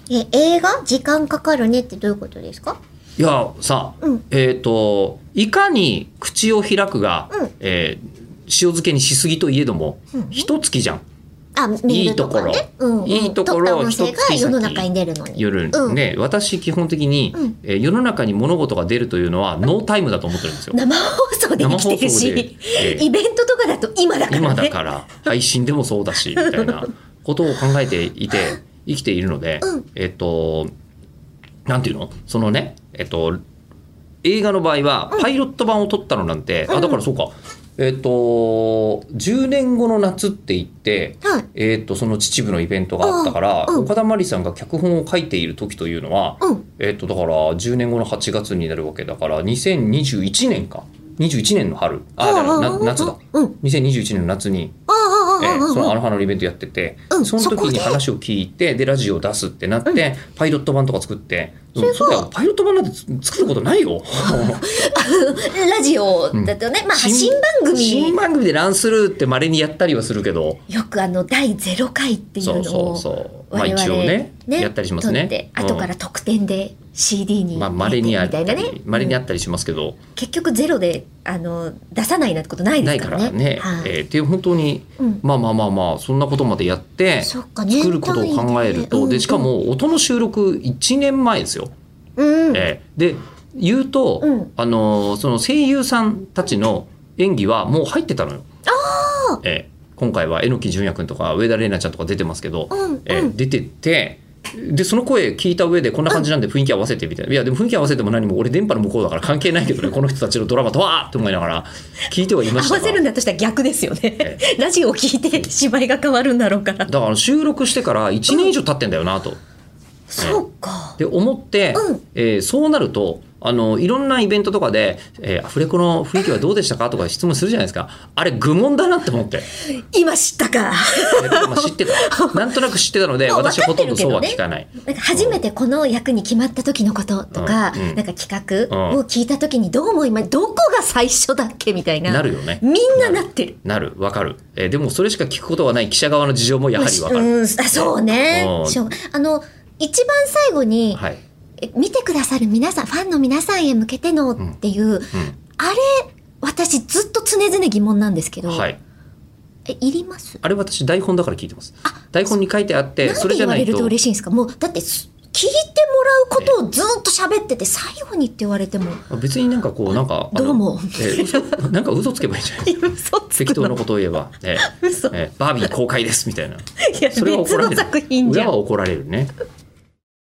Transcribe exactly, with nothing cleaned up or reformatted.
え、映画時間かかるねってどういうことですか？ いやさ、うん、えっ、ー、といかに口を開くが、うん、えー、塩漬けにしすぎといえども、うん、一月じゃん。 あ、メールとかね、 いいところ、うんうん、いいところを一月先世の中に出るのに、 うん、ね、私基本的に、うん、えー、世の中に物事が出るというのはノータイムだと思ってるんですよ。 生放送で生きてるし、えー、イベントとかだと今だからね。 今だから配信でもそうだしみたいなことを考えていて生きているので、うん、えっとなんていうの、そのね、えっと映画の場合はパイロット版を撮ったのなんて、うん、あ、だからそうか、えっとじゅうねんごの夏って言って、はい、えっとその秩父のイベントがあったから、うん、岡田真理さんが脚本を書いている時というのは、うん、えっとだからじゅうねんごのはちがつになるわけだからにせんにじゅういちねんか、にじゅういちねんの春、あ、だからな夏だ、うん、にせんにじゅういちねんの夏に、えー、そのアロハのイベントやってて、うん、その時に話を聞いて、でラジオを出すってなって、うん、パイロット版とか作って、うん、そうだよ、パイロット版なんて作ることないよラジオだとね、うん、まあ新番組新番組でランスルーって稀にやったりはするけど、 よくあのだいゼロかいっていうのをそうそうそう、まあ、一応 ね, ねやったりしますね。 後から特典で シーディー に入れてみたいなね、まあ、 稀にあったりしますけど、うん、 結局ゼロであの出さないなんてことないですからね。 ないからね、はい、えー、っていう本当に、うん、まあまあまあまあそんなことまでやって、作ることを考えると、うんうん、でしかも音の収録いちねんまえですよ、うん、えー、で言うと、うん、あのその声優さんたちの演技はもう入ってたのよ。あ、えー、今回は榎木純也くんとか上田玲奈ちゃんとか出てますけど、うんうん、えー、出てて、でその声聞いた上でこんな感じなんで雰囲気合わせてみたいな、いやでも雰囲気合わせても何も俺電波の向こうだから関係ないけどねこの人たちのドラマとはって思いながら聞いてはいましたが、合わせるんだとしたら逆ですよね、えー、ラジオを聞いて芝居が変わるんだろうから、 だから収録してからいちねん以上経ってんだよなと、うん、 そうかで思って、うん、えー、そうなるとあのいろんなイベントとかで、えー、アフレコの雰囲気はどうでしたかとか質問するじゃないですか。あれ愚問だなって思って今知ったかまあ知ってたなんとなく知ってたので私はほとんどそうは聞かない、 なんか初めてこの役に決まった時のこととか、うん、なんか企画を聞いた時にどう思いまどこが最初だっけみたいな、 なるよね、 みんななってるなるわかる、えー、でもそれしか聞くことがない記者側の事情もやはりわかる、うん、あそうね、あの一番最後に、はい、見てくださる皆さん、ファンの皆さんへ向けてのっていう、うんうん、あれ私ずっと常々疑問なんですけど、はい、えいります？ あれ私台本だから聞いてます。台本に書いてあって、それじゃないと。なんて言われると嬉しいんですか？ もうだって聞いてもらうことをずっと喋ってて最後にって言われても別になんかこうなんかどうも、 えー、なんか嘘つけばいいじゃないですか適当なことを言えば、えーえー、バービー公開ですみたいな、いやそれは怒られる、別の作品じゃん、親は怒られるね